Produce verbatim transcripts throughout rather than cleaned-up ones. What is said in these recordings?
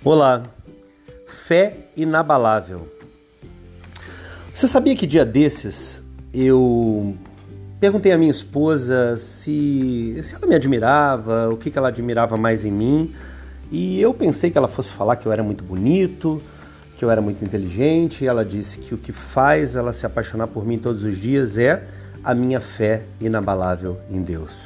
Olá, fé inabalável. Você sabia que dia desses eu perguntei à minha esposa se, se ela me admirava, o que, que ela admirava mais em mim, e eu pensei que ela fosse falar que eu era muito bonito, que eu era muito inteligente, e ela disse que o que faz ela se apaixonar por mim todos os dias é a minha fé inabalável em Deus.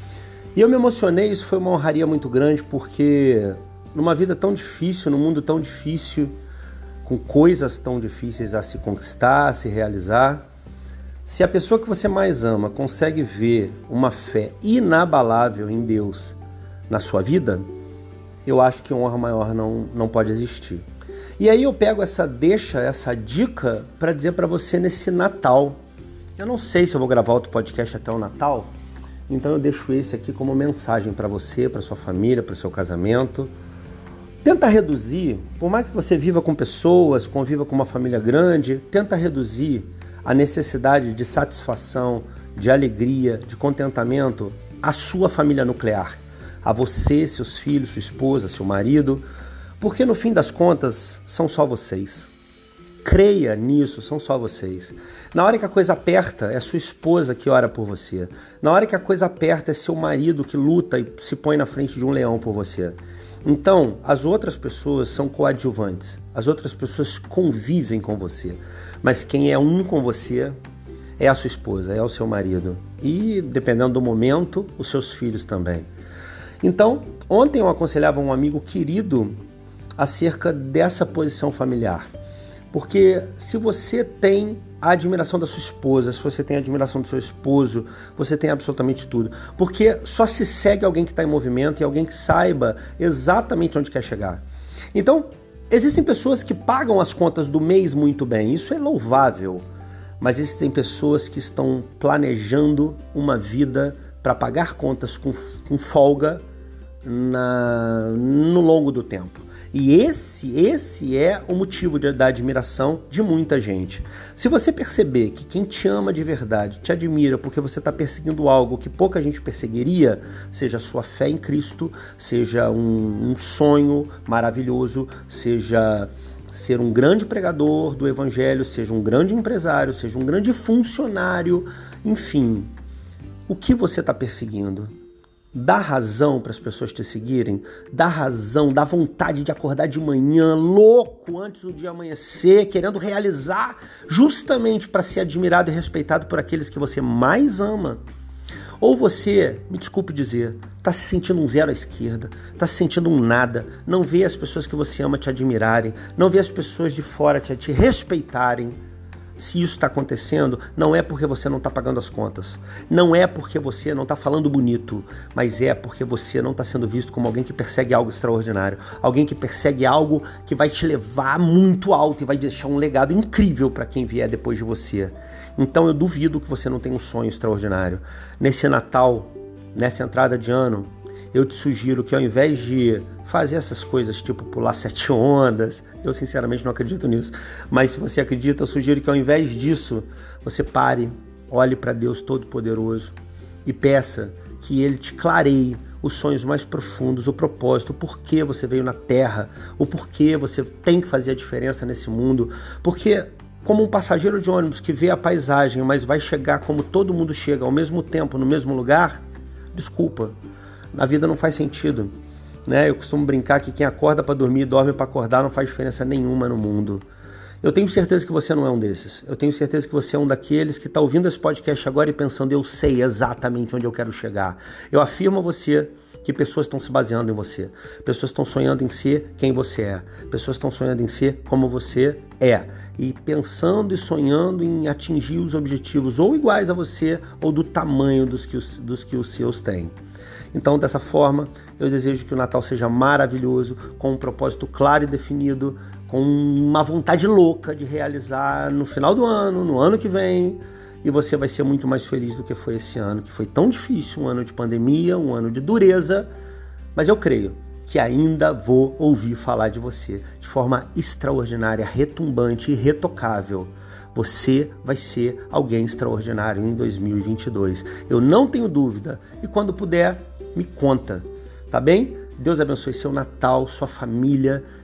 E eu me emocionei, isso foi uma honraria muito grande, porque numa vida tão difícil, num mundo tão difícil, com coisas tão difíceis a se conquistar, a se realizar, se a pessoa que você mais ama consegue ver uma fé inabalável em Deus na sua vida, eu acho que honra maior não, não pode existir. E aí eu pego essa deixa, essa dica para dizer para você nesse Natal. Eu não sei se eu vou gravar outro podcast até o Natal, então eu deixo esse aqui como mensagem para você, para sua família, para o seu casamento. Tenta reduzir, por mais que você viva com pessoas, conviva com uma família grande, tenta reduzir a necessidade de satisfação, de alegria, de contentamento à sua família nuclear, a você, seus filhos, sua esposa, seu marido, porque no fim das contas são só vocês. Creia nisso, são só vocês. Na hora que a coisa aperta, é sua esposa que ora por você. Na hora que a coisa aperta, é seu marido que luta e se põe na frente de um leão por você. Então, as outras pessoas são coadjuvantes. As outras pessoas convivem com você. Mas quem é um com você é a sua esposa, é o seu marido. E, dependendo do momento, os seus filhos também. Então, ontem eu aconselhava um amigo querido acerca dessa posição familiar. Porque se você tem a admiração da sua esposa, se você tem a admiração do seu esposo, você tem absolutamente tudo. Porque só se segue alguém que está em movimento e alguém que saiba exatamente onde quer chegar. Então, existem pessoas que pagam as contas do mês muito bem, isso é louvável. Mas existem pessoas que estão planejando uma vida para pagar contas com, com folga na, no longo do tempo. E esse, esse é o motivo de, da admiração de muita gente. Se você perceber que quem te ama de verdade te admira porque você está perseguindo algo que pouca gente perseguiria, seja a sua fé em Cristo, seja um, um sonho maravilhoso, seja ser um grande pregador do Evangelho, seja um grande empresário, seja um grande funcionário, enfim, o que você está perseguindo? Dá razão para as pessoas te seguirem, dá razão, dá vontade de acordar de manhã, louco, antes do dia amanhecer, querendo realizar, justamente para ser admirado e respeitado por aqueles que você mais ama. Ou você, me desculpe dizer, está se sentindo um zero à esquerda, está se sentindo um nada, não vê as pessoas que você ama te admirarem, não vê as pessoas de fora te, te respeitarem. Se isso está acontecendo, não é porque você não está pagando as contas, não é porque você não está falando bonito, mas é porque você não está sendo visto como alguém que persegue algo extraordinário, alguém que persegue algo que vai te levar muito alto e vai deixar um legado incrível para quem vier depois de você. Então eu duvido que você não tenha um sonho extraordinário. Nesse Natal, nessa entrada de ano, eu te sugiro que ao invés de fazer essas coisas tipo pular sete ondas, eu sinceramente não acredito nisso, mas se você acredita, eu sugiro que ao invés disso, você pare, olhe para Deus Todo-Poderoso e peça que Ele te clareie os sonhos mais profundos, o propósito, o porquê você veio na Terra, o porquê você tem que fazer a diferença nesse mundo, porque como um passageiro de ônibus que vê a paisagem, mas vai chegar como todo mundo chega, ao mesmo tempo, no mesmo lugar, desculpa, a vida não faz sentido, né? Eu costumo brincar que quem acorda para dormir e dorme para acordar não faz diferença nenhuma no mundo. Eu tenho certeza que você não é um desses. Eu tenho certeza que você é um daqueles que está ouvindo esse podcast agora e pensando, eu sei exatamente onde eu quero chegar. Eu afirmo a você que pessoas estão se baseando em você. Pessoas estão sonhando em ser quem você é. Pessoas estão sonhando em ser como você é. E pensando e sonhando em atingir os objetivos ou iguais a você ou do tamanho dos que os, dos que os seus têm. Então, dessa forma, eu desejo que o Natal seja maravilhoso, com um propósito claro e definido, com uma vontade louca de realizar no final do ano, no ano que vem, e você vai ser muito mais feliz do que foi esse ano, que foi tão difícil, um ano de pandemia, um ano de dureza, mas eu creio que ainda vou ouvir falar de você de forma extraordinária, retumbante e irretocável. Você vai ser alguém extraordinário em dois mil e vinte e dois. Eu não tenho dúvida. E quando puder, me conta, tá bem? Deus abençoe seu Natal, sua família.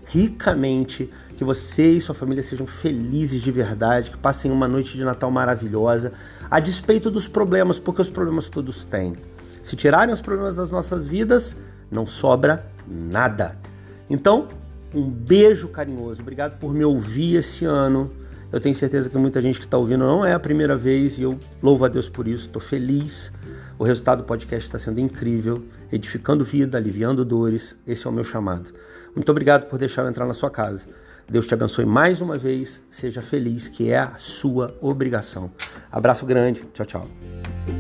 ricamente, que você e sua família sejam felizes de verdade, que passem uma noite de Natal maravilhosa, a despeito dos problemas, porque os problemas todos têm. Se tirarem os problemas das nossas vidas, não sobra nada. Então, um beijo carinhoso. Obrigado por me ouvir esse ano. Eu tenho certeza que muita gente que está ouvindo não é a primeira vez e eu louvo a Deus por isso. Estou feliz. O resultado do podcast está sendo incrível, edificando vida, aliviando dores. Esse é o meu chamado. Muito obrigado por deixar eu entrar na sua casa. Deus te abençoe mais uma vez. Seja feliz, que é a sua obrigação. Abraço grande. Tchau, tchau.